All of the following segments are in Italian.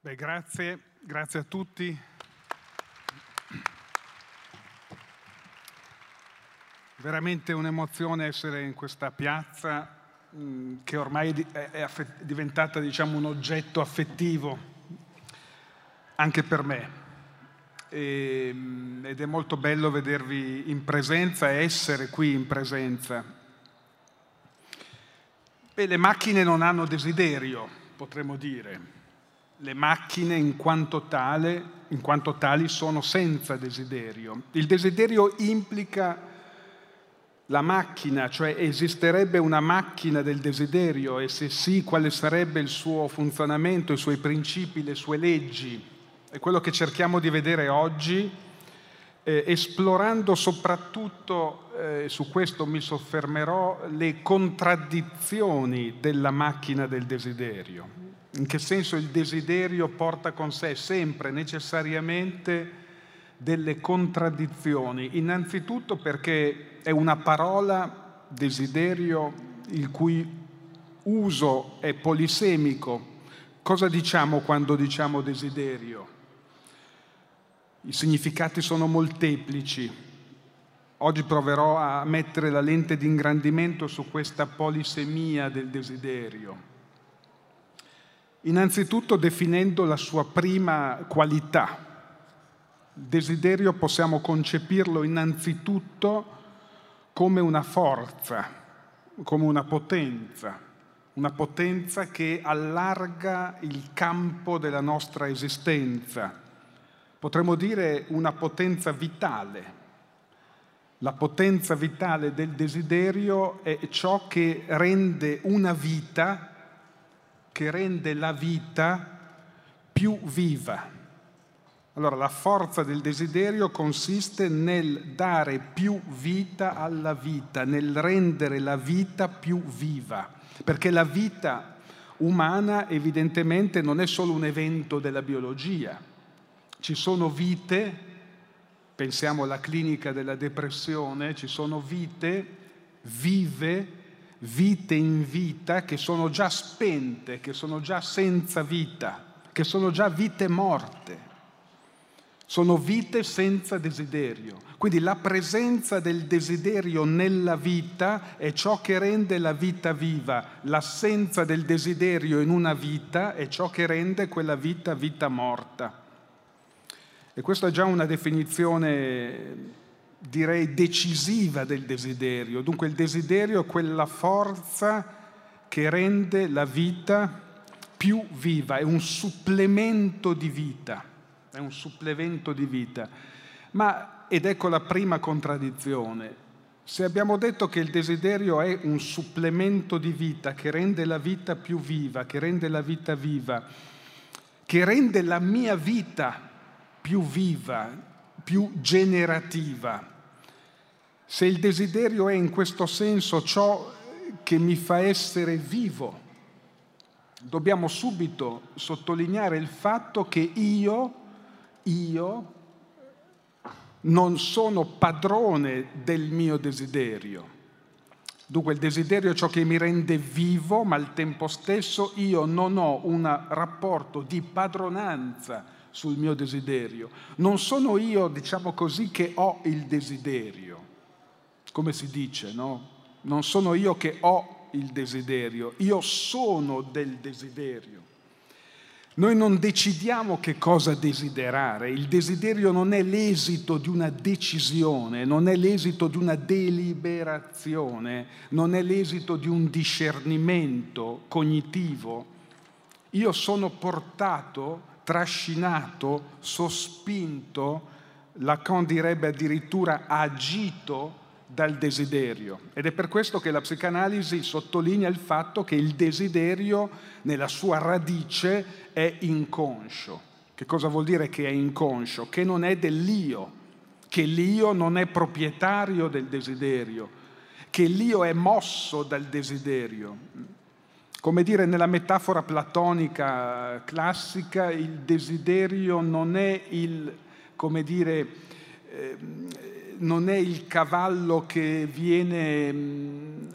Grazie a tutti. Veramente un'emozione essere in questa piazza che ormai è diventata, diciamo, un oggetto affettivo anche per me. Ed è molto bello vedervi in presenza e essere qui in presenza. Le macchine non hanno desiderio, potremmo dire. Le macchine in quanto tali sono senza desiderio. Il desiderio implica la macchina, cioè esisterebbe una macchina del desiderio, e se sì, quale sarebbe il suo funzionamento, i suoi principi, le sue leggi? È quello che cerchiamo di vedere oggi, esplorando soprattutto, su questo mi soffermerò, le contraddizioni della macchina del desiderio. In che senso il desiderio porta con sé sempre, necessariamente, delle contraddizioni. Innanzitutto perché è una parola, desiderio, il cui uso è polisemico. Cosa diciamo quando diciamo desiderio? I significati sono molteplici. Oggi proverò a mettere la lente di ingrandimento su questa polisemia del desiderio. Innanzitutto definendo la sua prima qualità. Il desiderio possiamo concepirlo innanzitutto come una forza, come una potenza che allarga il campo della nostra esistenza. Potremmo dire una potenza vitale. La potenza vitale del desiderio è ciò che rende una vita, che rende la vita più viva. Allora, la forza del desiderio consiste nel dare più vita alla vita, nel rendere la vita più viva, perché la vita umana evidentemente non è solo un evento della biologia. Ci sono vite, pensiamo alla clinica della depressione, ci sono vite vive, vite in vita che sono già spente, che sono già senza vita, che sono già vite morte. Sono vite senza desiderio. Quindi la presenza del desiderio nella vita è ciò che rende la vita viva. L'assenza del desiderio in una vita è ciò che rende quella vita vita morta. E questa è già una definizione, direi, decisiva del desiderio. Dunque il desiderio è quella forza che rende la vita più viva, è un supplemento di vita. È un supplemento di vita. Ed ecco la prima contraddizione. Se abbiamo detto che il desiderio è un supplemento di vita che rende la vita più viva, che rende la vita viva, che rende la mia vita più viva, più generativa, se il desiderio è in questo senso ciò che mi fa essere vivo, dobbiamo subito sottolineare il fatto che io non sono padrone del mio desiderio. Dunque il desiderio è ciò che mi rende vivo, ma al tempo stesso io non ho un rapporto di padronanza sul mio desiderio. Non sono io, diciamo così, che ho il desiderio, come si dice, no? Non sono io che ho il desiderio, io sono del desiderio. Noi non decidiamo che cosa desiderare, il desiderio non è l'esito di una decisione, non è l'esito di una deliberazione, non è l'esito di un discernimento cognitivo. Io sono portato, trascinato, sospinto, Lacan direbbe addirittura agito dal desiderio. Ed è per questo che la psicanalisi sottolinea il fatto che il desiderio nella sua radice è inconscio. Che cosa vuol dire che è inconscio? Che non è dell'io, che l'io non è proprietario del desiderio, che l'io è mosso dal desiderio. Come dire, nella metafora platonica classica, il desiderio non è non è il cavallo che viene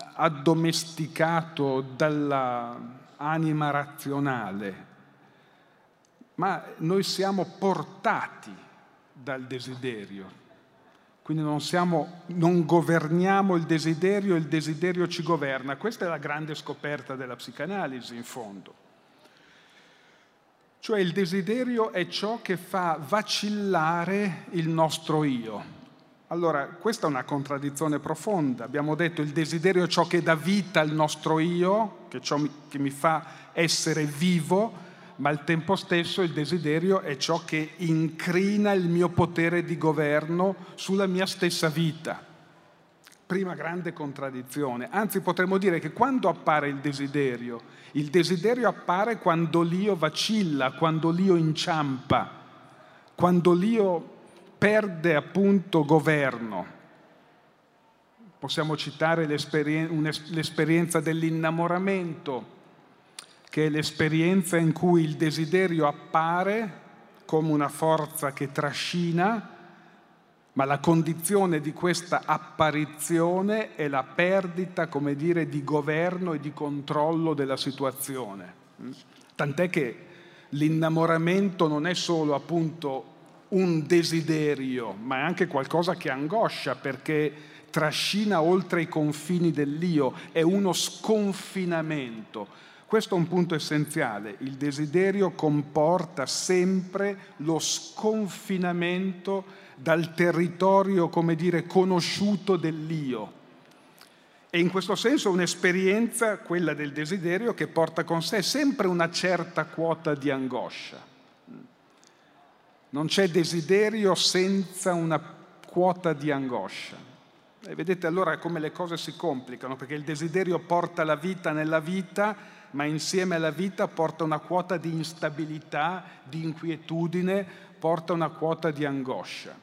addomesticato dalla anima razionale. ma noi siamo portati dal desiderio. Quindi non governiamo il desiderio ci governa. Questa è la grande scoperta della psicanalisi, in fondo. Cioè il desiderio è ciò che fa vacillare il nostro io. Allora, questa è una contraddizione profonda. Abbiamo detto il desiderio è ciò che dà vita al nostro io, che è ciò che mi fa essere vivo, ma al tempo stesso il desiderio è ciò che incrina il mio potere di governo sulla mia stessa vita. Prima grande contraddizione. Anzi, potremmo dire che quando appare il desiderio appare quando l'io vacilla, quando l'io inciampa, quando l'io perde appunto governo. Possiamo citare l'esperienza dell'innamoramento, che è l'esperienza in cui il desiderio appare come una forza che trascina, ma la condizione di questa apparizione è la perdita, come dire, di governo e di controllo della situazione. Tant'è che l'innamoramento non è solo appunto un desiderio, ma è anche qualcosa che angoscia, perché trascina oltre i confini dell'io, è uno sconfinamento. Questo è un punto essenziale. Il desiderio comporta sempre lo sconfinamento dal territorio, come dire, conosciuto dell'io. E in questo senso è un'esperienza, quella del desiderio, che porta con sé sempre una certa quota di angoscia. Non c'è desiderio senza una quota di angoscia. E vedete allora come le cose si complicano, perché il desiderio porta la vita nella vita, ma insieme alla vita porta una quota di instabilità, di inquietudine, porta una quota di angoscia.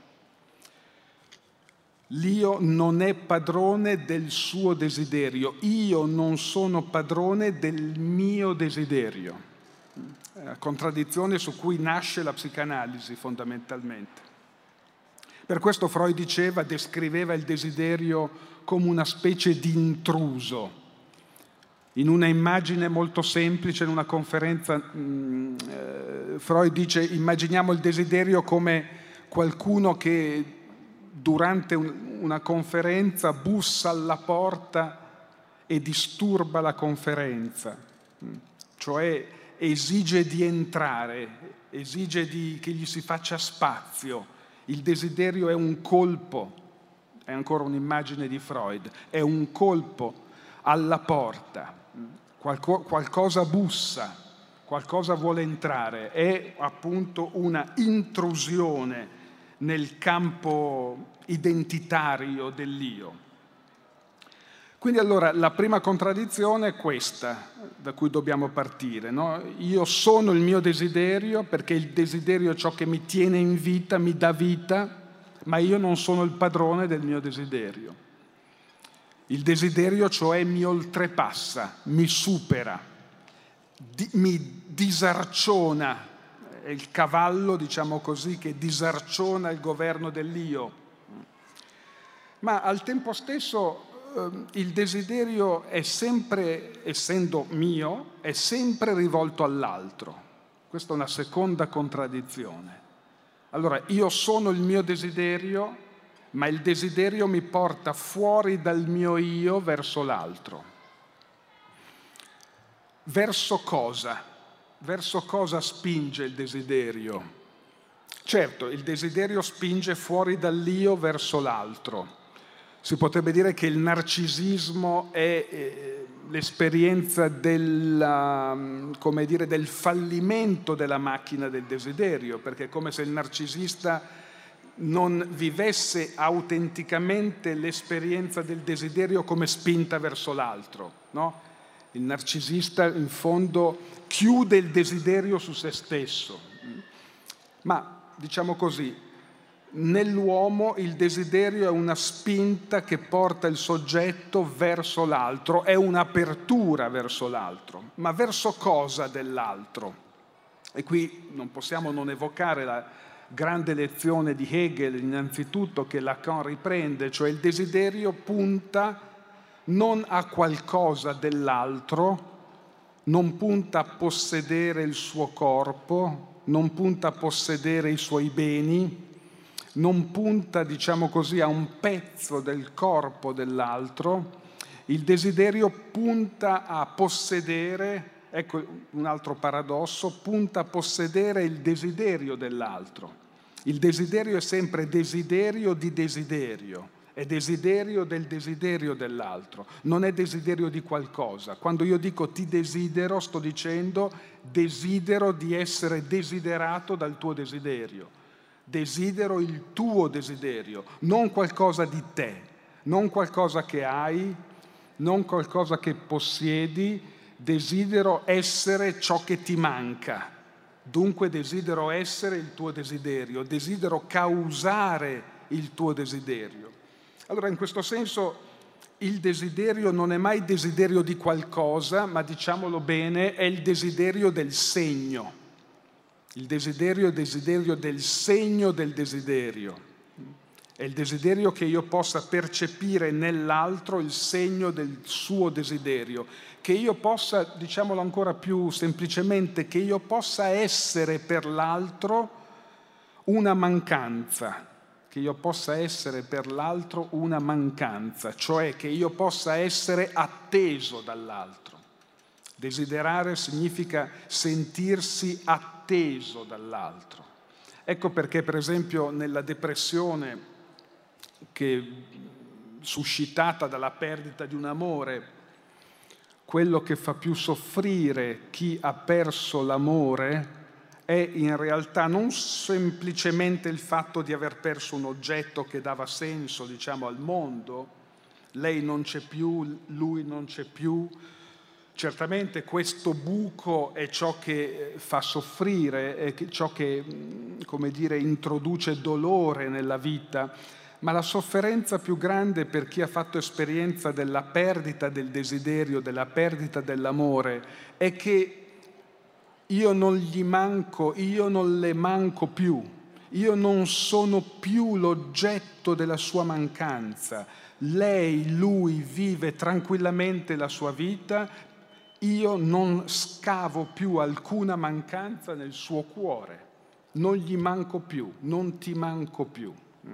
L'io non è padrone del suo desiderio, io non sono padrone del mio desiderio. È una contraddizione su cui nasce la psicanalisi fondamentalmente. Per questo Freud descriveva il desiderio come una specie di intruso. In una immagine molto semplice, in una conferenza, Freud dice: immaginiamo il desiderio come qualcuno che durante una conferenza bussa alla porta e disturba la conferenza, cioè esige di entrare, esige che gli si faccia spazio. Il desiderio è un colpo, è ancora un'immagine di Freud, è un colpo alla porta. Qualcosa bussa, qualcosa vuole entrare, è appunto una intrusione nel campo identitario dell'io. Quindi allora la prima contraddizione è questa da cui dobbiamo partire, no? Io sono il mio desiderio perché il desiderio è ciò che mi tiene in vita, mi dà vita, ma io non sono il padrone del mio desiderio. Il desiderio cioè mi oltrepassa, mi supera, mi disarciona, è il cavallo, diciamo così, che disarciona il governo dell'io. Ma al tempo stesso il desiderio è sempre, essendo mio, è sempre rivolto all'altro. Questa è una seconda contraddizione. Allora, io sono il mio desiderio, ma il desiderio mi porta fuori dal mio io verso l'altro. Verso cosa? Verso cosa spinge il desiderio? Certo, il desiderio spinge fuori dall'io verso l'altro. Si potrebbe dire che il narcisismo è l'esperienza del fallimento della macchina del desiderio, perché è come se il narcisista non vivesse autenticamente l'esperienza del desiderio come spinta verso l'altro, no? Il narcisista in fondo chiude il desiderio su se stesso. Ma diciamo così, nell'uomo il desiderio è una spinta che porta il soggetto verso l'altro, è un'apertura verso l'altro. Ma verso cosa dell'altro? E qui non possiamo non evocare la grande lezione di Hegel, innanzitutto, che Lacan riprende, cioè il desiderio punta non a qualcosa dell'altro, non punta a possedere il suo corpo, non punta a possedere i suoi beni, non punta, diciamo così, a un pezzo del corpo dell'altro. Il desiderio punta a possedere, ecco un altro paradosso, punta a possedere il desiderio dell'altro. Il desiderio è sempre desiderio di desiderio, è desiderio del desiderio dell'altro, non è desiderio di qualcosa. Quando io dico ti desidero, sto dicendo desidero di essere desiderato dal tuo desiderio. Desidero il tuo desiderio, non qualcosa di te, non qualcosa che hai, non qualcosa che possiedi. Desidero essere ciò che ti manca. Dunque desidero essere il tuo desiderio, desidero causare il tuo desiderio. Allora, in questo senso, il desiderio non è mai desiderio di qualcosa, ma diciamolo bene, è il desiderio del segno. Il desiderio è il desiderio del segno del desiderio. È il desiderio che io possa percepire nell'altro il segno del suo desiderio, che io possa, diciamolo ancora più semplicemente, che io possa essere per l'altro una mancanza, che io possa essere per l'altro una mancanza, cioè che io possa essere atteso dall'altro. Desiderare significa sentirsi atteso dall'altro. Ecco perché, per esempio, nella depressione suscitata dalla perdita di un amore, quello che fa più soffrire chi ha perso l'amore è in realtà non semplicemente il fatto di aver perso un oggetto che dava senso, diciamo, al mondo. Lei non c'è più, lui non c'è più. Certamente questo buco è ciò che fa soffrire, è ciò che, come dire, introduce dolore nella vita, ma la sofferenza più grande per chi ha fatto esperienza della perdita del desiderio, della perdita dell'amore, è che io non gli manco, io non le manco più, io non sono più l'oggetto della sua mancanza. Lei, lui vive tranquillamente la sua vita, io non scavo più alcuna mancanza nel suo cuore, non gli manco più, non ti manco più.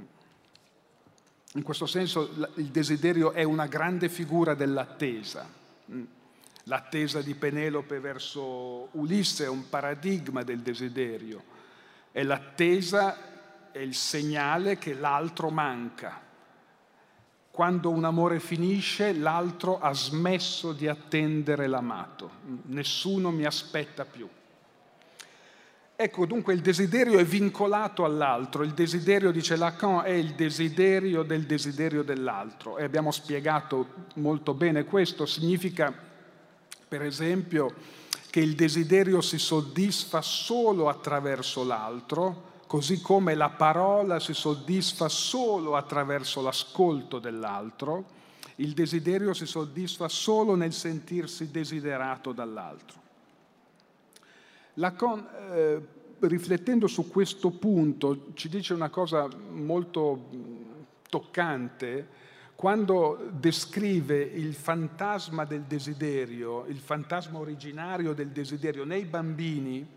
In questo senso il desiderio è una grande figura dell'attesa. L'attesa di Penelope verso Ulisse è un paradigma del desiderio. È l'attesa, è il segnale che l'altro manca. Quando un amore finisce, l'altro ha smesso di attendere l'amato. Nessuno mi aspetta più. Ecco, dunque il desiderio è vincolato all'altro. Il desiderio, dice Lacan, è il desiderio dell'altro. E abbiamo spiegato molto bene questo. Significa, per esempio, che il desiderio si soddisfa solo attraverso l'altro, così come la parola si soddisfa solo attraverso l'ascolto dell'altro. Il desiderio si soddisfa solo nel sentirsi desiderato dall'altro. Lacan, riflettendo su questo punto, ci dice una cosa molto toccante quando descrive il fantasma del desiderio, il fantasma originario del desiderio nei bambini,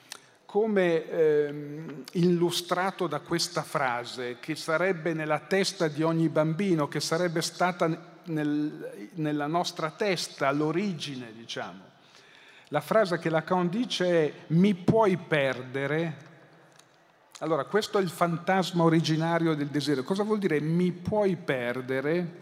come illustrato da questa frase che sarebbe nella testa di ogni bambino, che sarebbe stata nella nostra testa all'origine, diciamo. La frase che Lacan dice è «mi puoi perdere». Allora, questo è il fantasma originario del desiderio. Cosa vuol dire «mi puoi perdere»?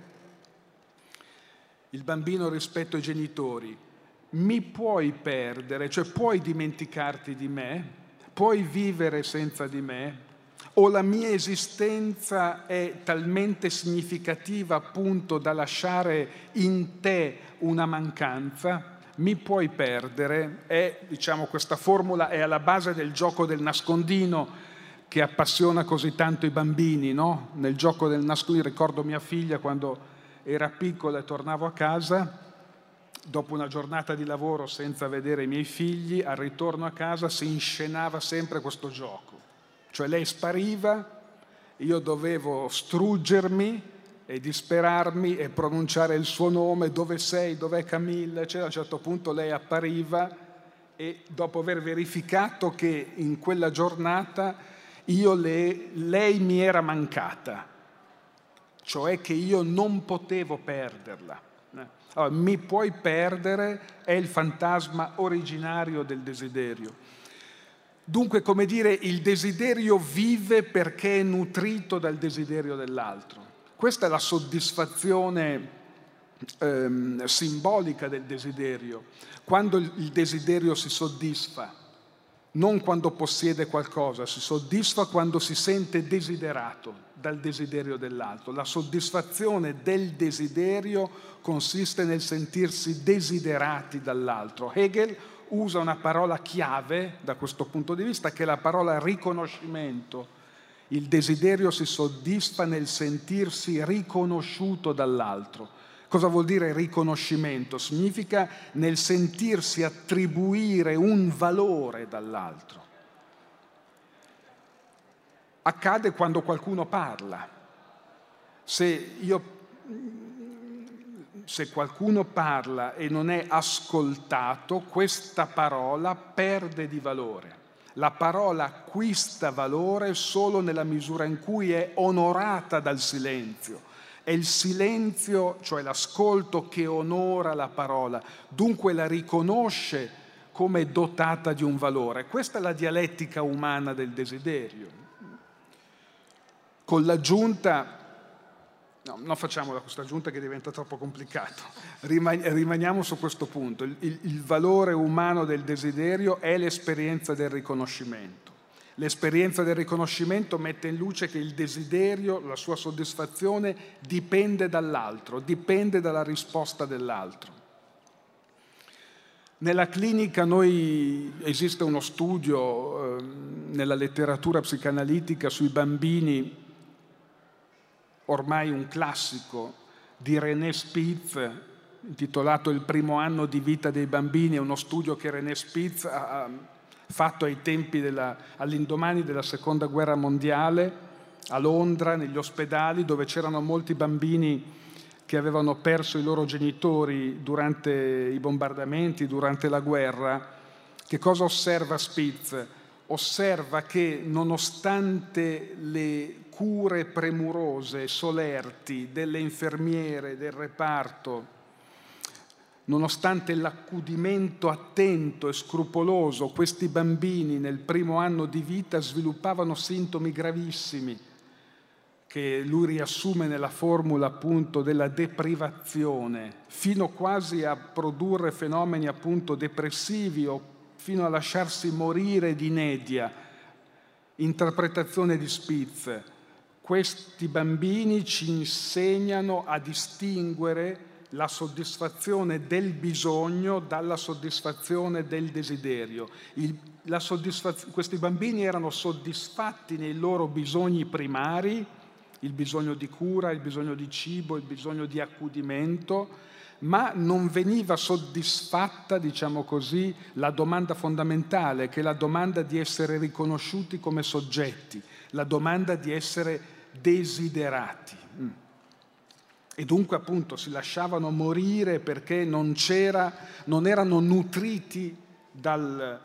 Il bambino rispetto ai genitori. Mi puoi perdere, cioè puoi dimenticarti di me, puoi vivere senza di me, o la mia esistenza è talmente significativa appunto da lasciare in te una mancanza. Mi puoi perdere, diciamo, questa formula è alla base del gioco del nascondino che appassiona così tanto i bambini, no? Nel gioco del nascondino, ricordo mia figlia quando era piccola e tornavo a casa, dopo una giornata di lavoro senza vedere i miei figli, al ritorno a casa si inscenava sempre questo gioco. Cioè lei spariva, io dovevo struggermi e disperarmi e pronunciare il suo nome, dove sei, dov'è Camilla, eccetera. A un certo punto lei appariva e dopo aver verificato che in quella giornata lei mi era mancata, cioè che io non potevo perderla. Allora, mi puoi perdere è il fantasma originario del desiderio. Dunque, come dire, il desiderio vive perché è nutrito dal desiderio dell'altro. Questa è la soddisfazione simbolica del desiderio, quando il desiderio si soddisfa, non quando possiede qualcosa, si soddisfa quando si sente desiderato dal desiderio dell'altro. La soddisfazione del desiderio consiste nel sentirsi desiderati dall'altro. Hegel usa una parola chiave da questo punto di vista, che è la parola riconoscimento. Il desiderio si soddisfa nel sentirsi riconosciuto dall'altro. Cosa vuol dire riconoscimento? Significa nel sentirsi attribuire un valore dall'altro. Accade quando qualcuno parla. Se qualcuno parla e non è ascoltato, questa parola perde di valore. La parola acquista valore solo nella misura in cui è onorata dal silenzio. È il silenzio, cioè l'ascolto, che onora la parola, dunque la riconosce come dotata di un valore. Questa è la dialettica umana del desiderio. Con l'aggiunta, no, non facciamola questa aggiunta che diventa troppo complicato, rimaniamo su questo punto. Il valore umano del desiderio è l'esperienza del riconoscimento. L'esperienza del riconoscimento mette in luce che il desiderio, la sua soddisfazione, dipende dall'altro, dipende dalla risposta dell'altro. Nella clinica esiste uno studio nella letteratura psicanalitica sui bambini, ormai un classico, di René Spitz, intitolato Il primo anno di vita dei bambini. È uno studio che René Spitz ha fatto ai tempi all'indomani della Seconda Guerra Mondiale, a Londra, negli ospedali, dove c'erano molti bambini che avevano perso i loro genitori durante i bombardamenti, durante la guerra. Che cosa osserva Spitz? Osserva che nonostante le cure premurose, solerti delle infermiere del reparto, nonostante l'accudimento attento e scrupoloso, questi bambini nel primo anno di vita sviluppavano sintomi gravissimi, che lui riassume nella formula appunto della deprivazione, fino quasi a produrre fenomeni appunto depressivi o fino a lasciarsi morire di inedia. Interpretazione di Spitz: questi bambini ci insegnano a distinguere la soddisfazione del bisogno dalla soddisfazione del desiderio. Questi bambini erano soddisfatti nei loro bisogni primari, il bisogno di cura, il bisogno di cibo, il bisogno di accudimento, ma non veniva soddisfatta, diciamo così, la domanda fondamentale, che è la domanda di essere riconosciuti come soggetti, la domanda di essere desiderati. E dunque appunto si lasciavano morire perché non erano nutriti dal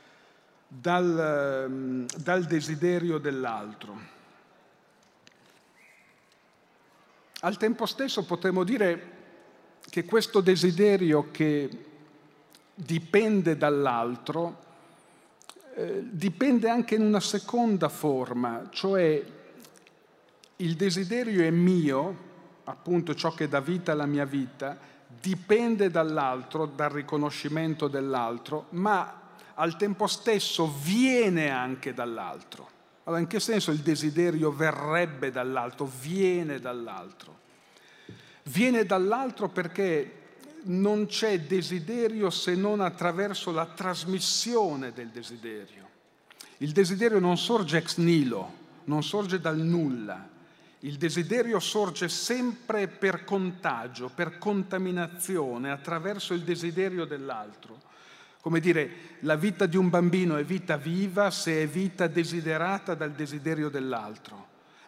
desiderio dell'altro. Al tempo stesso potremmo dire che questo desiderio che dipende dall'altro dipende anche in una seconda forma, cioè il desiderio è mio, appunto ciò che dà vita alla mia vita, dipende dall'altro, dal riconoscimento dell'altro, ma al tempo stesso viene anche dall'altro. Allora, in che senso il desiderio verrebbe dall'altro, viene dall'altro? Viene dall'altro perché non c'è desiderio se non attraverso la trasmissione del desiderio. Il desiderio non sorge ex nihilo, non sorge dal nulla. Il desiderio sorge sempre per contagio, per contaminazione, attraverso il desiderio dell'altro. Come dire, la vita di un bambino è vita viva se è vita desiderata dal desiderio dell'altro.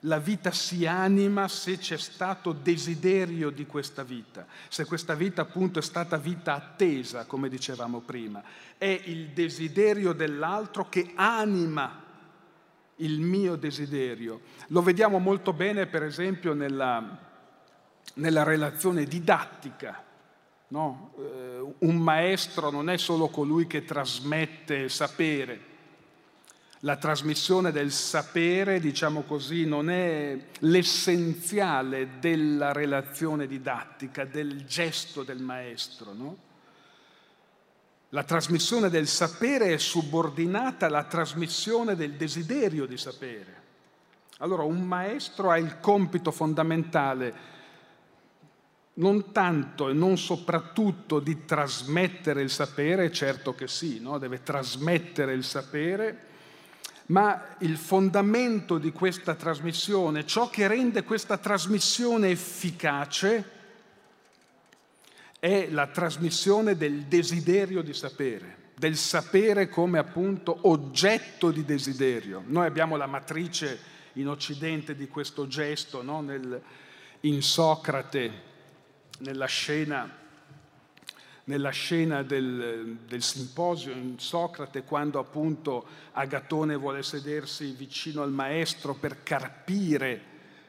la vita si anima se c'è stato desiderio di questa vita, se questa vita appunto è stata vita attesa, come dicevamo prima. È il desiderio dell'altro che anima il mio desiderio. Lo vediamo molto bene, per esempio, nella relazione didattica. No? Un maestro non è solo colui che trasmette sapere. La trasmissione del sapere, diciamo così, non è l'essenziale della relazione didattica, del gesto del maestro, no? La trasmissione del sapere è subordinata alla trasmissione del desiderio di sapere. Allora, un maestro ha il compito fondamentale non tanto e non soprattutto di trasmettere il sapere, certo che sì, no? Deve trasmettere il sapere, ma il fondamento di questa trasmissione, ciò che rende questa trasmissione efficace, è la trasmissione del desiderio di sapere, del sapere come appunto oggetto di desiderio. Noi abbiamo la matrice in Occidente di questo gesto, no? In Socrate, nella scena del simposio, in Socrate, quando appunto Agatone vuole sedersi vicino al maestro per carpire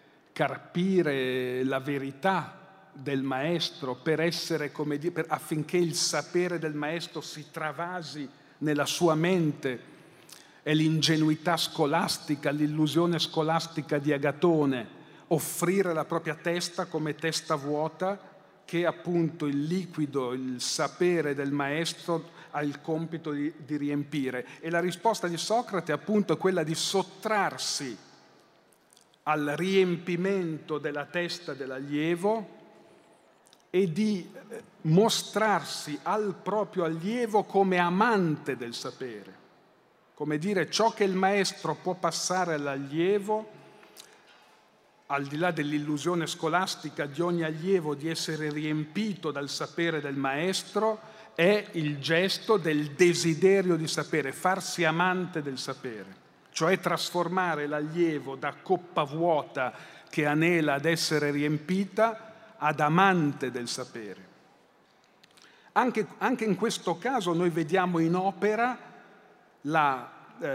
la verità del maestro, per essere, come dire, affinché il sapere del maestro si travasi nella sua mente. È l'ingenuità scolastica, l'illusione scolastica di Agatone, offrire la propria testa come testa vuota, che appunto il liquido, il sapere del maestro ha il compito di riempire. E la risposta di Socrate appunto è quella di sottrarsi al riempimento della testa dell'allievo e di mostrarsi al proprio allievo come amante del sapere. Come dire, ciò che il maestro può passare all'allievo, al di là dell'illusione scolastica di ogni allievo di essere riempito dal sapere del maestro, è il gesto del desiderio di sapere, farsi amante del sapere, cioè trasformare l'allievo da coppa vuota che anela ad essere riempita ad amante del sapere. Anche in questo caso noi vediamo in opera la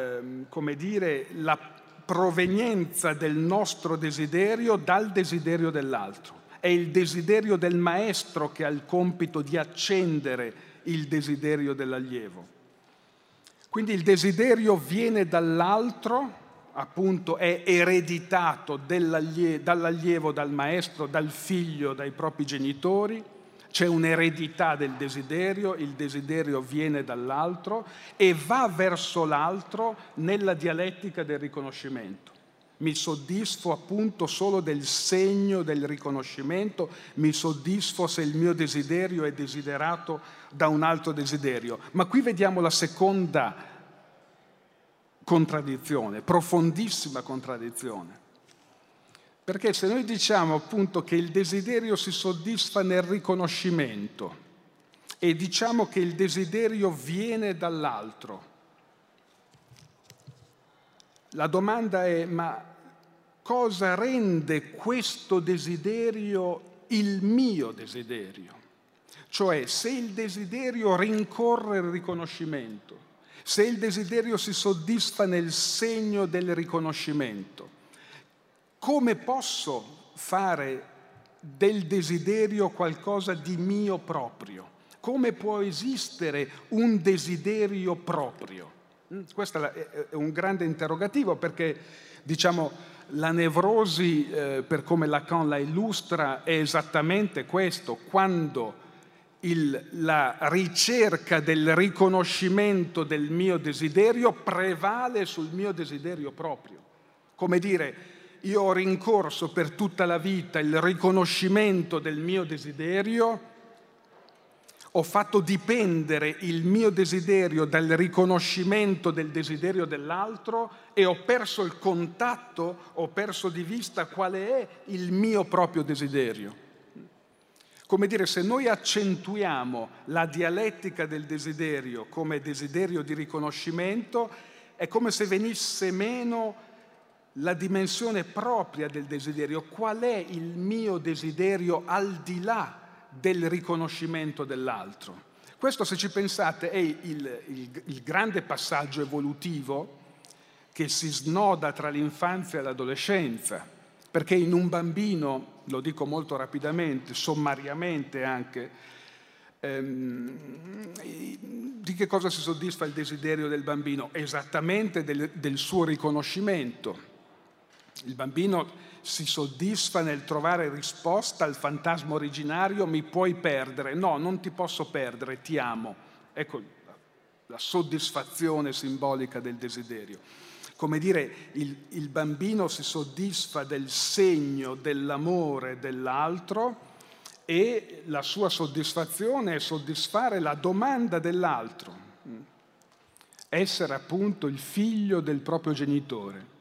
provenienza del nostro desiderio dal desiderio dell'altro. È il desiderio del maestro che ha il compito di accendere il desiderio dell'allievo. Quindi il desiderio viene dall'altro, appunto è ereditato dall'allievo, dal maestro, dal figlio, dai propri genitori. C'è un'eredità del desiderio, il desiderio viene dall'altro e va verso l'altro nella dialettica del riconoscimento. Mi soddisfo appunto solo del segno del riconoscimento, mi soddisfo se il mio desiderio è desiderato da un altro desiderio. Ma qui vediamo la seconda contraddizione, profondissima contraddizione. Perché se noi diciamo appunto che il desiderio si soddisfa nel riconoscimento e diciamo che il desiderio viene dall'altro, la domanda è: ma cosa rende questo desiderio il mio desiderio? Cioè, se il desiderio rincorre il riconoscimento, se il desiderio si soddisfa nel segno del riconoscimento, come posso fare del desiderio qualcosa di mio proprio? Come può esistere un desiderio proprio? Questo è un grande interrogativo, perché, diciamo, la nevrosi, per come Lacan la illustra, è esattamente questo: quando la ricerca del riconoscimento del mio desiderio prevale sul mio desiderio proprio. Come dire, io ho rincorso per tutta la vita il riconoscimento del mio desiderio, ho fatto dipendere il mio desiderio dal riconoscimento del desiderio dell'altro e ho perso il contatto, ho perso di vista quale è il mio proprio desiderio. Come dire, se noi accentuiamo la dialettica del desiderio come desiderio di riconoscimento, è come se venisse meno la dimensione propria del desiderio. Qual è il mio desiderio al di là del riconoscimento dell'altro? Questo, se ci pensate, è il grande passaggio evolutivo che si snoda tra l'infanzia e l'adolescenza, perché in un bambino, lo dico molto rapidamente, sommariamente anche, di che cosa si soddisfa il desiderio del bambino? Esattamente del suo riconoscimento. Il bambino si soddisfa nel trovare risposta al fantasma originario: mi puoi perdere. No, non ti posso perdere, ti amo. Ecco la soddisfazione simbolica del desiderio. Come dire, il bambino si soddisfa del segno dell'amore dell'altro, e la sua soddisfazione è soddisfare la domanda dell'altro, essere appunto il figlio del proprio genitore.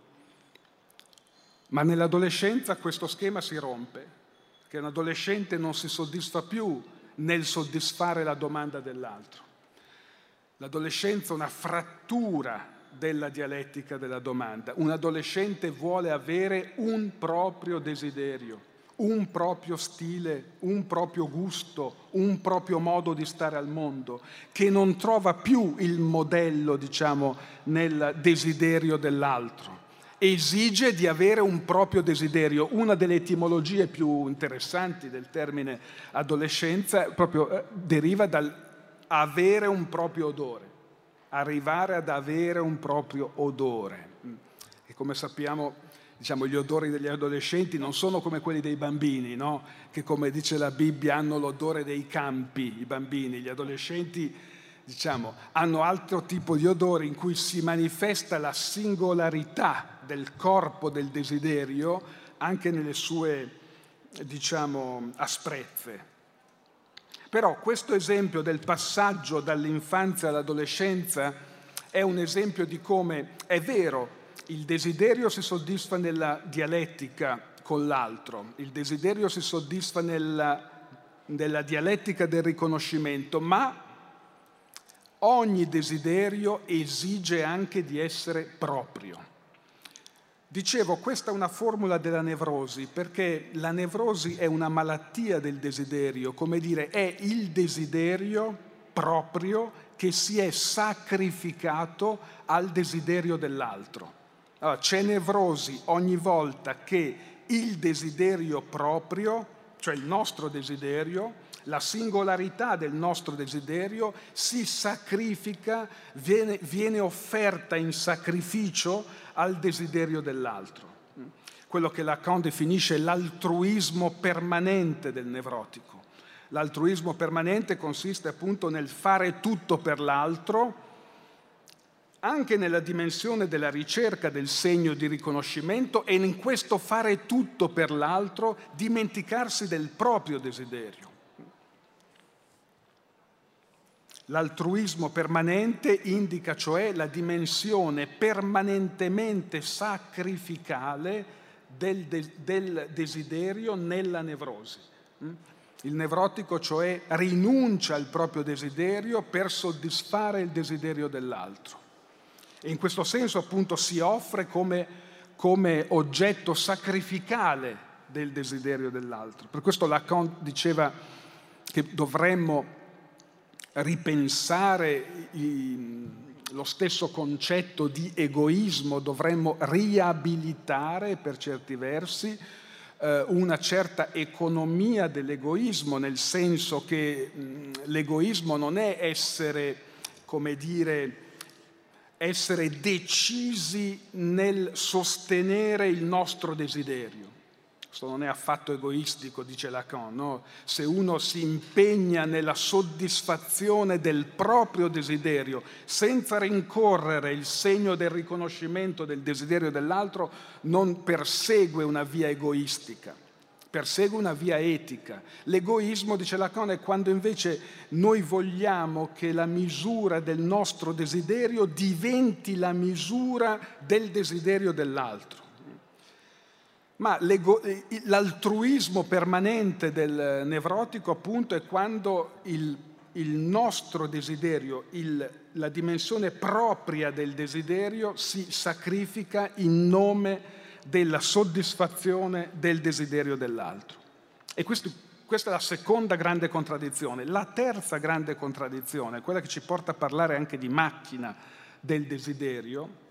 Ma nell'adolescenza questo schema si rompe, che un adolescente non si soddisfa più nel soddisfare la domanda dell'altro. L'adolescenza è una frattura della dialettica della domanda. Un adolescente vuole avere un proprio desiderio, un proprio stile, un proprio gusto, un proprio modo di stare al mondo, che non trova più il modello, diciamo, nel desiderio dell'altro. Esige di avere un proprio desiderio. Una delle etimologie più interessanti del termine adolescenza proprio deriva dal avere un proprio odore, arrivare ad avere un proprio odore. E come sappiamo, diciamo, gli odori degli adolescenti non sono come quelli dei bambini, no? Che, come dice la Bibbia, hanno l'odore dei campi, i bambini. Gli adolescenti, diciamo, hanno altro tipo di odore in cui si manifesta la singolarità del corpo del desiderio anche nelle sue, diciamo, asprezze. Però questo esempio del passaggio dall'infanzia all'adolescenza è un esempio di come, è vero, il desiderio si soddisfa nella dialettica con l'altro, il desiderio si soddisfa nella dialettica del riconoscimento, ma ogni desiderio esige anche di essere proprio. Dicevo, questa è una formula della nevrosi, perché la nevrosi è una malattia del desiderio, come dire, è il desiderio proprio che si è sacrificato al desiderio dell'altro. Allora, c'è nevrosi ogni volta che il desiderio proprio, cioè il nostro desiderio, la singolarità del nostro desiderio si sacrifica, viene offerta in sacrificio al desiderio dell'altro. Quello che Lacan definisce l'altruismo permanente del nevrotico. L'altruismo permanente consiste appunto nel fare tutto per l'altro, anche nella dimensione della ricerca del segno di riconoscimento, e in questo fare tutto per l'altro dimenticarsi del proprio desiderio. L'altruismo permanente indica cioè la dimensione permanentemente sacrificale del desiderio nella nevrosi. Il nevrotico cioè rinuncia al proprio desiderio per soddisfare il desiderio dell'altro. E in questo senso appunto si offre come oggetto sacrificale del desiderio dell'altro. Per questo Lacan diceva che dovremmo ripensare lo stesso concetto di egoismo, dovremmo riabilitare per certi versi una certa economia dell'egoismo, nel senso che l'egoismo non è essere, come dire, essere decisi nel sostenere il nostro desiderio. Questo non è affatto egoistico, dice Lacan, no? Se uno si impegna nella soddisfazione del proprio desiderio senza rincorrere il segno del riconoscimento del desiderio dell'altro, non persegue una via egoistica, persegue una via etica. L'egoismo, dice Lacan, è quando invece noi vogliamo che la misura del nostro desiderio diventi la misura del desiderio dell'altro. Ma l'altruismo permanente del nevrotico appunto è quando il nostro desiderio, la dimensione propria del desiderio si sacrifica in nome della soddisfazione del desiderio dell'altro. E questa è la seconda grande contraddizione. La terza grande contraddizione, quella che ci porta a parlare anche di macchina del desiderio,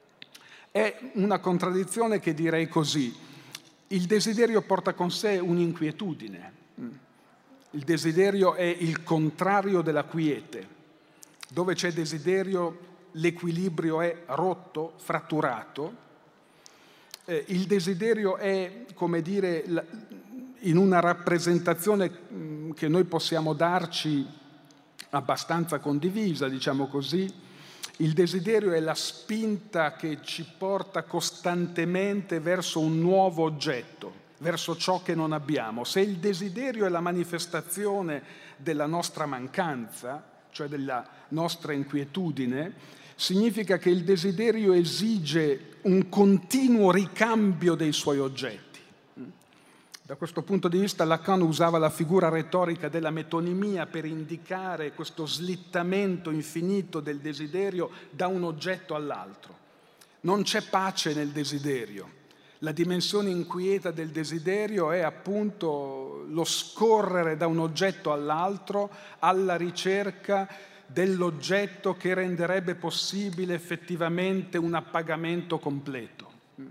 è una contraddizione che direi così: il desiderio porta con sé un'inquietudine. Il desiderio è il contrario della quiete. Dove c'è desiderio, l'equilibrio è rotto, fratturato. Il desiderio è, come dire, in una rappresentazione che noi possiamo darci abbastanza condivisa, diciamo così, il desiderio è la spinta che ci porta costantemente verso un nuovo oggetto, verso ciò che non abbiamo. Se il desiderio è la manifestazione della nostra mancanza, cioè della nostra inquietudine, significa che il desiderio esige un continuo ricambio dei suoi oggetti. Da questo punto di vista Lacan usava la figura retorica della metonimia per indicare questo slittamento infinito del desiderio da un oggetto all'altro. Non c'è pace nel desiderio. La dimensione inquieta del desiderio è appunto lo scorrere da un oggetto all'altro alla ricerca dell'oggetto che renderebbe possibile effettivamente un appagamento completo.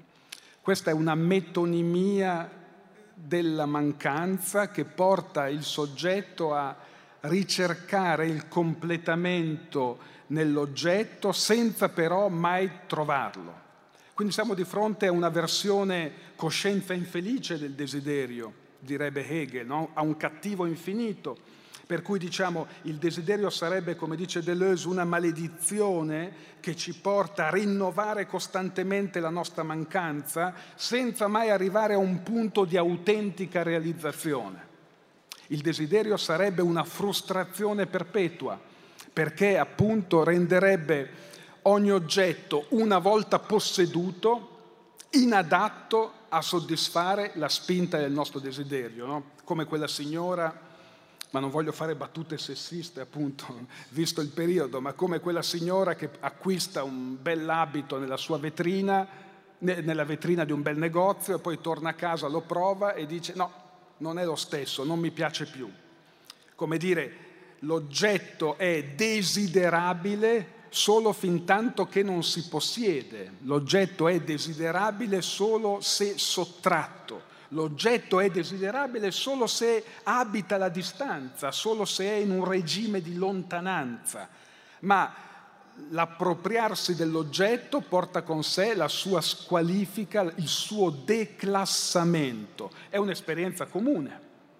Questa è una metonimia della mancanza che porta il soggetto a ricercare il completamento nell'oggetto senza però mai trovarlo. Quindi siamo di fronte a una versione coscienza infelice del desiderio, direbbe Hegel, no? A un cattivo infinito, per cui diciamo il desiderio sarebbe, come dice Deleuze, una maledizione che ci porta a rinnovare costantemente la nostra mancanza senza mai arrivare a un punto di autentica realizzazione. Il desiderio sarebbe una frustrazione perpetua, perché appunto renderebbe ogni oggetto, una volta posseduto, inadatto a soddisfare la spinta del nostro desiderio, no? Come quella signora, ma non voglio fare battute sessiste appunto, visto il periodo, ma come quella signora che acquista un bell'abito nella sua vetrina, nella vetrina di un bel negozio, e poi torna a casa, lo prova e dice no, non è lo stesso, non mi piace più. Come dire, l'oggetto è desiderabile solo fin tanto che non si possiede. L'oggetto è desiderabile solo se sottratto. L'oggetto è desiderabile solo se abita la distanza, solo se è in un regime di lontananza. Ma l'appropriarsi dell'oggetto porta con sé la sua squalifica, il suo declassamento. È un'esperienza comune.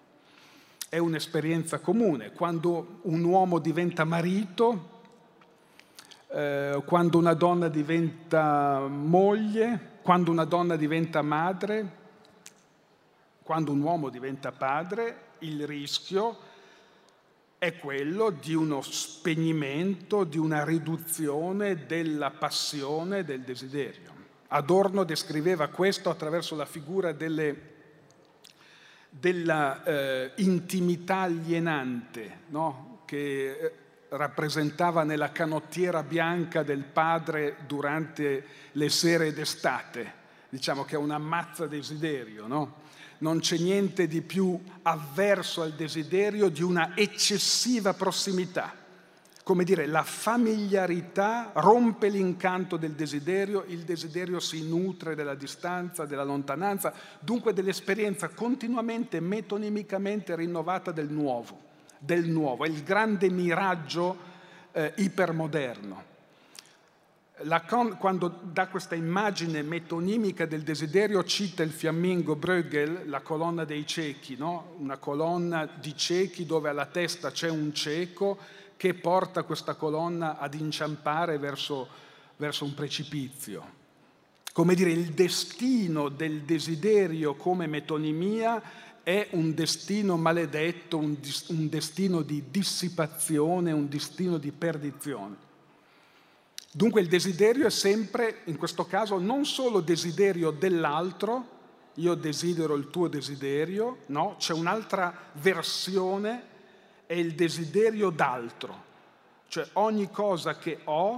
È un'esperienza comune. Quando un uomo diventa marito, quando una donna diventa moglie, quando una donna diventa madre, quando un uomo diventa padre, il rischio è quello di uno spegnimento, di una riduzione della passione, del desiderio. Adorno descriveva questo attraverso la figura della intimità alienante, no? Che rappresentava nella canottiera bianca del padre durante le sere d'estate. Diciamo che è una mazza desiderio, no? Non c'è niente di più avverso al desiderio di una eccessiva prossimità. Come dire, la familiarità rompe l'incanto del desiderio, il desiderio si nutre della distanza, della lontananza, dunque dell'esperienza continuamente, metonimicamente rinnovata del nuovo. È il grande miraggio ipermoderno. Lacan, quando dà questa immagine metonimica del desiderio, cita il fiammingo Bruegel, la colonna dei ciechi, no? Una colonna di ciechi dove alla testa c'è un cieco che porta questa colonna ad inciampare verso un precipizio. Come dire, il destino del desiderio come metonimia è un destino maledetto, un destino di dissipazione, un destino di perdizione. Dunque il desiderio è sempre, in questo caso, non solo desiderio dell'altro, io desidero il tuo desiderio, no, c'è un'altra versione, è il desiderio d'altro. Cioè ogni cosa che ho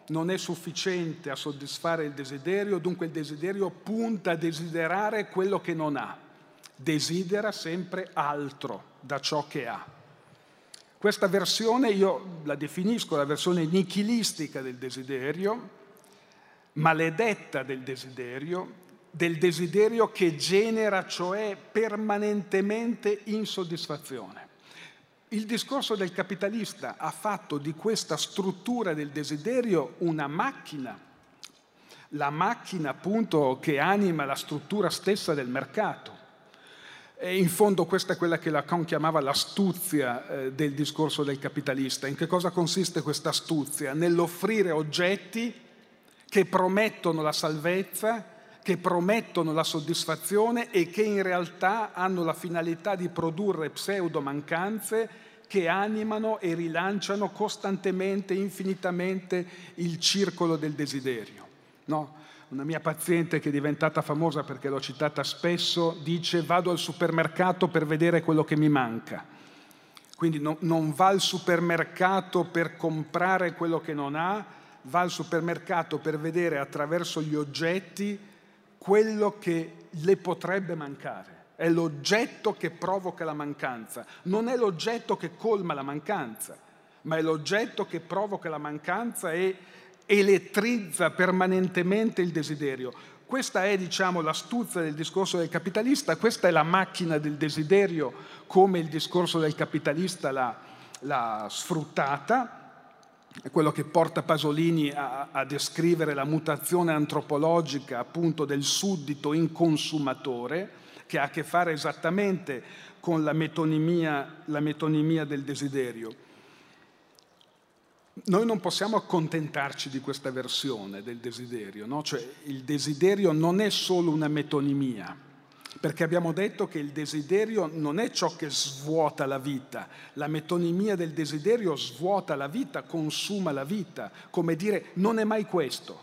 non è sufficiente a soddisfare il desiderio, dunque il desiderio punta a desiderare quello che non ha. Desidera sempre altro da ciò che ha. Questa versione io la definisco la versione nichilistica del desiderio, maledetta del desiderio che genera cioè permanentemente insoddisfazione. Il discorso del capitalista ha fatto di questa struttura del desiderio una macchina, la macchina appunto che anima la struttura stessa del mercato. E in fondo questa è quella che Lacan chiamava l'astuzia del discorso del capitalista. In che cosa consiste questa astuzia? Nell'offrire oggetti che promettono la salvezza, che promettono la soddisfazione e che in realtà hanno la finalità di produrre pseudo-mancanze che animano e rilanciano costantemente, infinitamente il circolo del desiderio. No? Una mia paziente che è diventata famosa perché l'ho citata spesso dice: vado al supermercato per vedere quello che mi manca. Quindi non va al supermercato per comprare quello che non ha, va al supermercato per vedere attraverso gli oggetti quello che le potrebbe mancare. È l'oggetto che provoca la mancanza, non è l'oggetto che colma la mancanza, ma è l'oggetto che provoca la mancanza e elettrizza permanentemente il desiderio. Questa è, diciamo, l'astuzia del discorso del capitalista, questa è la macchina del desiderio come il discorso del capitalista l'ha sfruttata. È quello che porta Pasolini a descrivere la mutazione antropologica appunto del suddito in consumatore, che ha a che fare esattamente con la metonimia del desiderio. Noi non possiamo accontentarci di questa versione del desiderio, no? Cioè il desiderio non è solo una metonimia, perché abbiamo detto che il desiderio non è ciò che svuota la vita. La metonimia del desiderio svuota la vita, consuma la vita, come dire non è mai questo.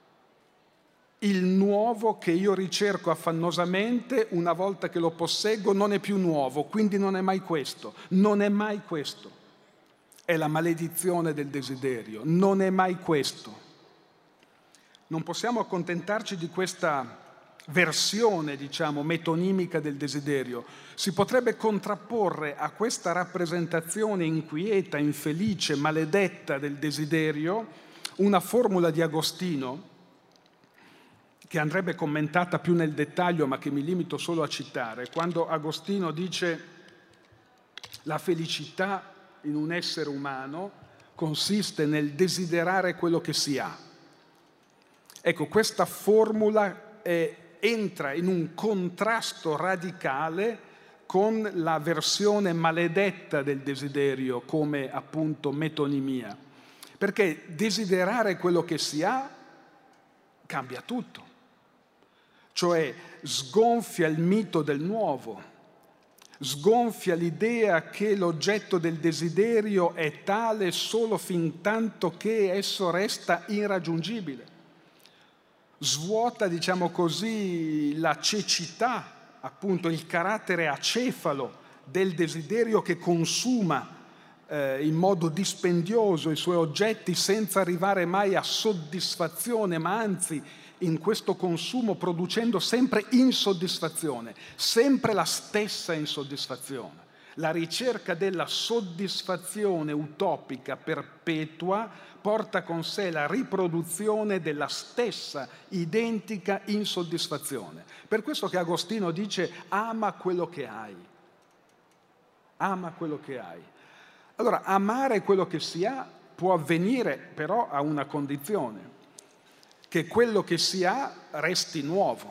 Il nuovo che io ricerco affannosamente, una volta che lo posseggo, non è più nuovo, quindi non è mai questo. Non è mai questo. È la maledizione del desiderio, non è mai questo. Non possiamo accontentarci di questa versione, diciamo, metonimica del desiderio. Si potrebbe contrapporre a questa rappresentazione inquieta, infelice, maledetta del desiderio una formula di Agostino che andrebbe commentata più nel dettaglio, ma che mi limito solo a citare, quando Agostino dice: la felicità in un essere umano consiste nel desiderare quello che si ha. Ecco, questa formula entra in un contrasto radicale con la versione maledetta del desiderio come appunto metonimia, perché desiderare quello che si ha cambia tutto, cioè sgonfia il mito del nuovo, sgonfia l'idea che l'oggetto del desiderio è tale solo fin tanto che esso resta irraggiungibile. Svuota, diciamo così, la cecità, appunto il carattere acefalo del desiderio che consuma in modo dispendioso i suoi oggetti senza arrivare mai a soddisfazione, ma anzi in questo consumo producendo sempre insoddisfazione, sempre la stessa insoddisfazione. La ricerca della soddisfazione utopica perpetua porta con sé la riproduzione della stessa identica insoddisfazione. Per questo che Agostino dice: ama quello che hai. Ama quello che hai. Allora, amare quello che si ha può avvenire però a una condizione: che quello che si ha resti nuovo.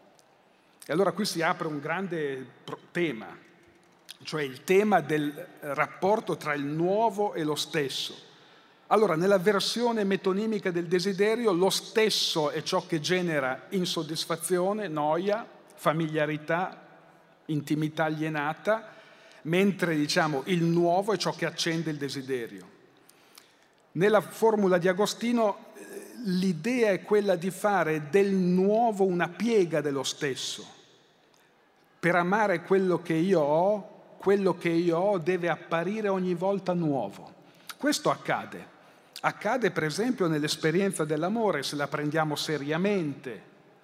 E allora qui si apre un grande tema, cioè il tema del rapporto tra il nuovo e lo stesso. Allora, nella versione metonimica del desiderio, lo stesso è ciò che genera insoddisfazione, noia, familiarità, intimità alienata, mentre, diciamo, il nuovo è ciò che accende il desiderio. Nella formula di Agostino l'idea è quella di fare del nuovo una piega dello stesso. Per amare quello che io ho deve apparire ogni volta nuovo. Questo accade. Accade per esempio nell'esperienza dell'amore, se la prendiamo seriamente.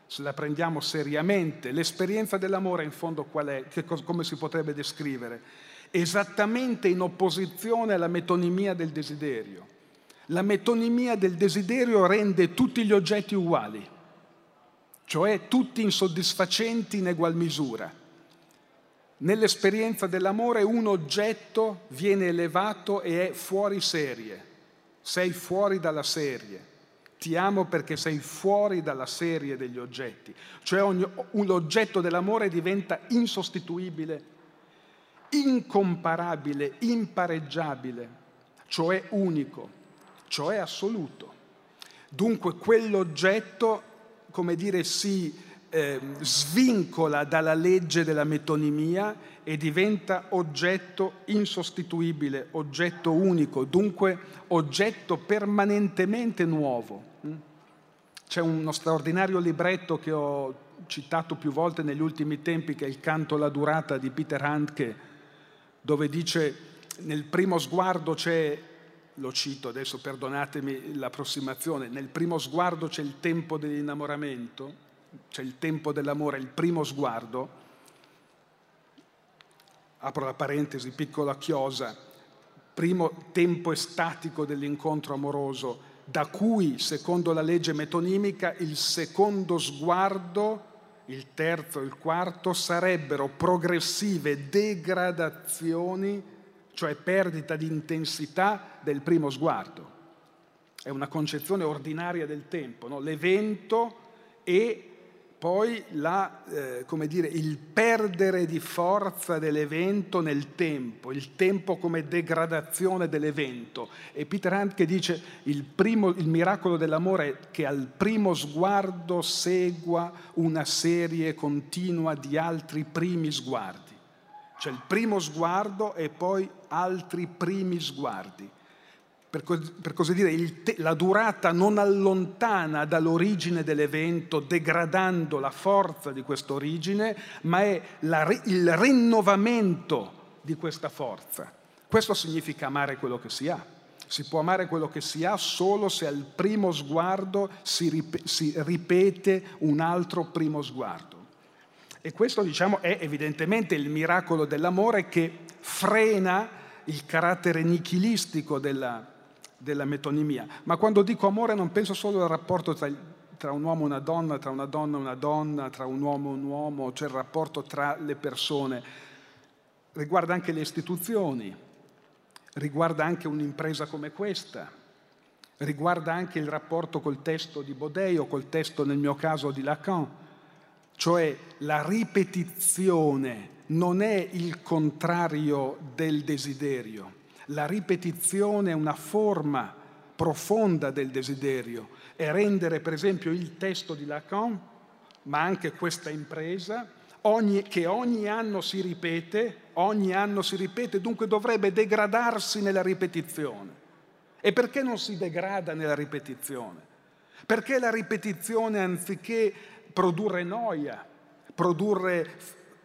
L'esperienza dell'amore in fondo qual è? Come si potrebbe descrivere? Esattamente in opposizione alla metonimia del desiderio. La metonimia del desiderio rende tutti gli oggetti uguali, cioè tutti insoddisfacenti in egual misura. Nell'esperienza dell'amore un oggetto viene elevato e è fuori serie. Sei fuori dalla serie. Ti amo perché sei fuori dalla serie degli oggetti. Cioè l'oggetto dell'amore diventa insostituibile, incomparabile, impareggiabile, cioè unico, cioè assoluto. Dunque quell'oggetto, come dire, si svincola dalla legge della metonimia e diventa oggetto insostituibile, oggetto unico, dunque oggetto permanentemente nuovo. C'è uno straordinario libretto che ho citato più volte negli ultimi tempi, che è Il canto alla durata di Peter Handke, dove dice: nel primo sguardo c'è, lo cito adesso, perdonatemi l'approssimazione, nel primo sguardo c'è il tempo dell'innamoramento, c'è il tempo dell'amore, il primo sguardo, apro la parentesi, piccola chiosa, primo tempo estatico dell'incontro amoroso, da cui, secondo la legge metonimica, il secondo sguardo, il terzo e il quarto sarebbero progressive degradazioni, cioè perdita di intensità del primo sguardo. È una concezione ordinaria del tempo, no? L'evento e poi il perdere di forza dell'evento nel tempo, il tempo come degradazione dell'evento. E Peter Handke dice: il miracolo dell'amore è che al primo sguardo segua una serie continua di altri primi sguardi. Cioè il primo sguardo e poi altri primi sguardi. Per così dire, la durata non allontana dall'origine dell'evento, degradando la forza di questa origine, ma è il rinnovamento di questa forza. Questo significa amare quello che si ha. Si può amare quello che si ha solo se al primo sguardo si ripete un altro primo sguardo. E questo, diciamo, è evidentemente il miracolo dell'amore che frena il carattere nichilistico della metonimia. Ma quando dico amore non penso solo al rapporto tra un uomo e una donna, tra una donna e una donna, tra un uomo e un uomo, cioè il rapporto tra le persone. Riguarda anche le istituzioni, riguarda anche un'impresa come questa, riguarda anche il rapporto col testo di Baudet o col testo, nel mio caso, di Lacan. Cioè la ripetizione non è il contrario del desiderio. La ripetizione è una forma profonda del desiderio e rendere, per esempio, il testo di Lacan, ma anche questa impresa, che ogni anno si ripete, dunque dovrebbe degradarsi nella ripetizione. E perché non si degrada nella ripetizione? Perché la ripetizione, anziché produrre noia, produrre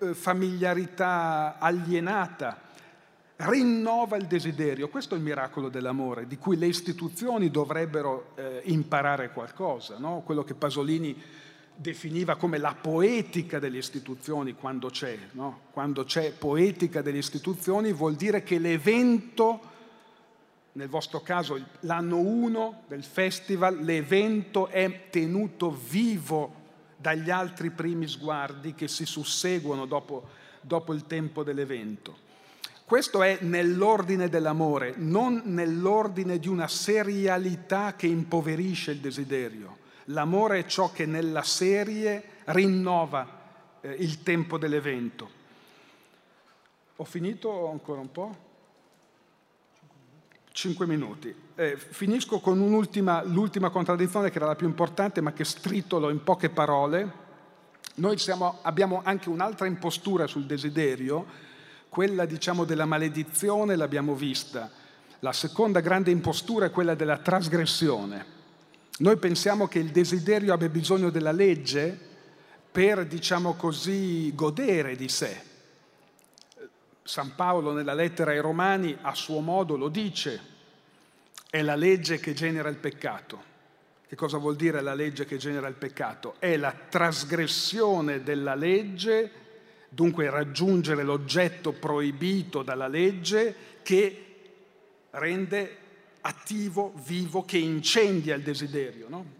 familiarità alienata, rinnova il desiderio. Questo è il miracolo dell'amore, di cui le istituzioni dovrebbero imparare qualcosa, no? Quello che Pasolini definiva come la poetica delle istituzioni, quando c'è, no? Quando c'è poetica delle istituzioni vuol dire che l'evento, nel vostro caso l'anno 1 del festival, l'evento è tenuto vivo dagli altri primi sguardi che si susseguono dopo il tempo dell'evento. Questo è nell'ordine dell'amore, non nell'ordine di una serialità che impoverisce il desiderio. L'amore è ciò che nella serie rinnova il tempo dell'evento. Ho finito o ancora un po'? 5 minuti. Finisco con l'ultima contraddizione, che era la più importante, ma che stritolo in poche parole. Noi abbiamo anche un'altra impostura sul desiderio, quella, diciamo, della maledizione, l'abbiamo vista. La seconda grande impostura è quella della trasgressione. Noi pensiamo che il desiderio abbia bisogno della legge per, diciamo così, godere di sé. San Paolo nella lettera ai Romani a suo modo lo dice: è la legge che genera il peccato. Che cosa vuol dire la legge che genera il peccato? È la trasgressione della legge, dunque raggiungere l'oggetto proibito dalla legge, che rende attivo, vivo, che incendia il desiderio, no?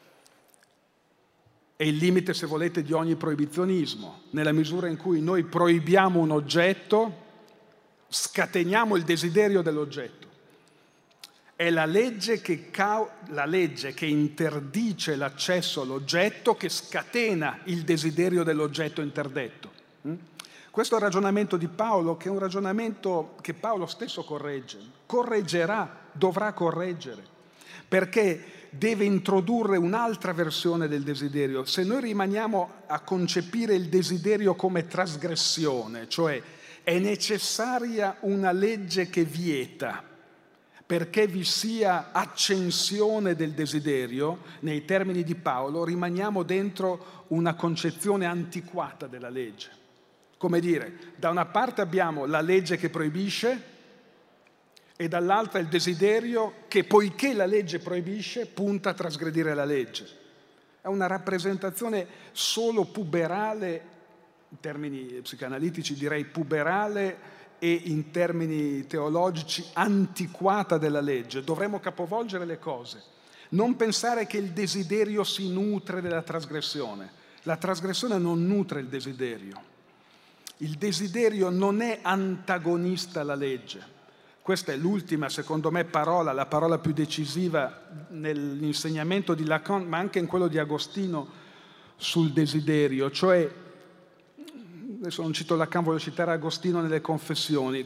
È il limite, se volete, di ogni proibizionismo. Nella misura in cui noi proibiamo un oggetto, scateniamo il desiderio dell'oggetto. È la legge che interdice l'accesso all'oggetto che scatena il desiderio dell'oggetto interdetto. Questo è il ragionamento di Paolo, che è un ragionamento che Paolo stesso correggerà, dovrà correggere, perché deve introdurre un'altra versione del desiderio. Se noi rimaniamo a concepire il desiderio come trasgressione, cioè è necessaria una legge che vieta perché vi sia accensione del desiderio, nei termini di Paolo, rimaniamo dentro una concezione antiquata della legge. Come dire, da una parte abbiamo la legge che proibisce e dall'altra il desiderio che, poiché la legge proibisce, punta a trasgredire la legge. È una rappresentazione solo puberale, in termini psicanalitici direi puberale, e in termini teologici antiquata della legge. Dovremmo capovolgere le cose. Non pensare che il desiderio si nutre della trasgressione. La trasgressione non nutre il desiderio. Il desiderio non è antagonista alla legge. Questa è l'ultima, secondo me, parola, la parola più decisiva nell'insegnamento di Lacan, ma anche in quello di Agostino sul desiderio, cioè, adesso non cito Lacan, voglio citare Agostino nelle Confessioni.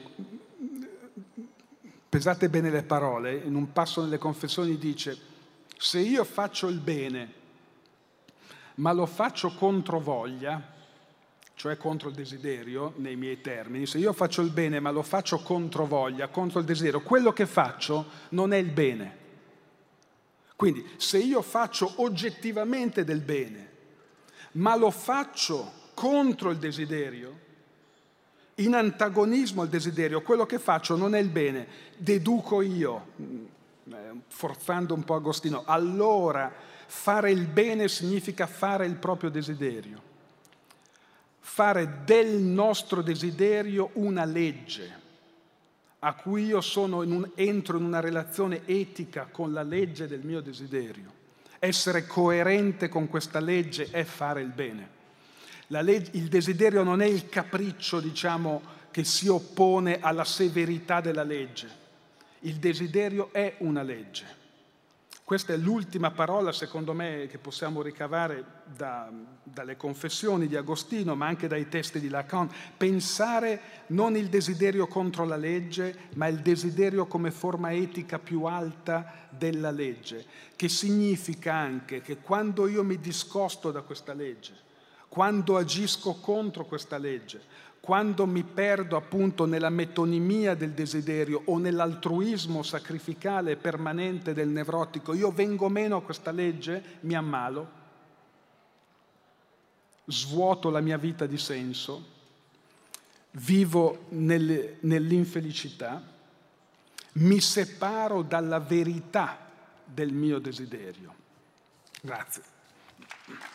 Pesate bene le parole, in un passo nelle Confessioni dice: se io faccio il bene, ma lo faccio contro voglia, cioè contro il desiderio, nei miei termini, se io faccio il bene ma lo faccio contro voglia, contro il desiderio, quello che faccio non è il bene. Quindi se io faccio oggettivamente del bene, ma lo faccio contro il desiderio, in antagonismo al desiderio, quello che faccio non è il bene, deduco io, forzando un po' Agostino, allora fare il bene significa fare il proprio desiderio. Fare del nostro desiderio una legge a cui io entro in una relazione etica con la legge del mio desiderio. Essere coerente con questa legge è fare il bene. Il desiderio non è il capriccio, diciamo, che si oppone alla severità della legge. Il desiderio è una legge. Questa è l'ultima parola, secondo me, che possiamo ricavare dalle confessioni di Agostino, ma anche dai testi di Lacan. Pensare non il desiderio contro la legge, ma il desiderio come forma etica più alta della legge, che significa anche che quando io mi discosto da questa legge, quando agisco contro questa legge, quando mi perdo appunto nella metonimia del desiderio o nell'altruismo sacrificale e permanente del nevrotico, io vengo meno a questa legge, mi ammalo, svuoto la mia vita di senso, vivo nell'infelicità, mi separo dalla verità del mio desiderio. Grazie.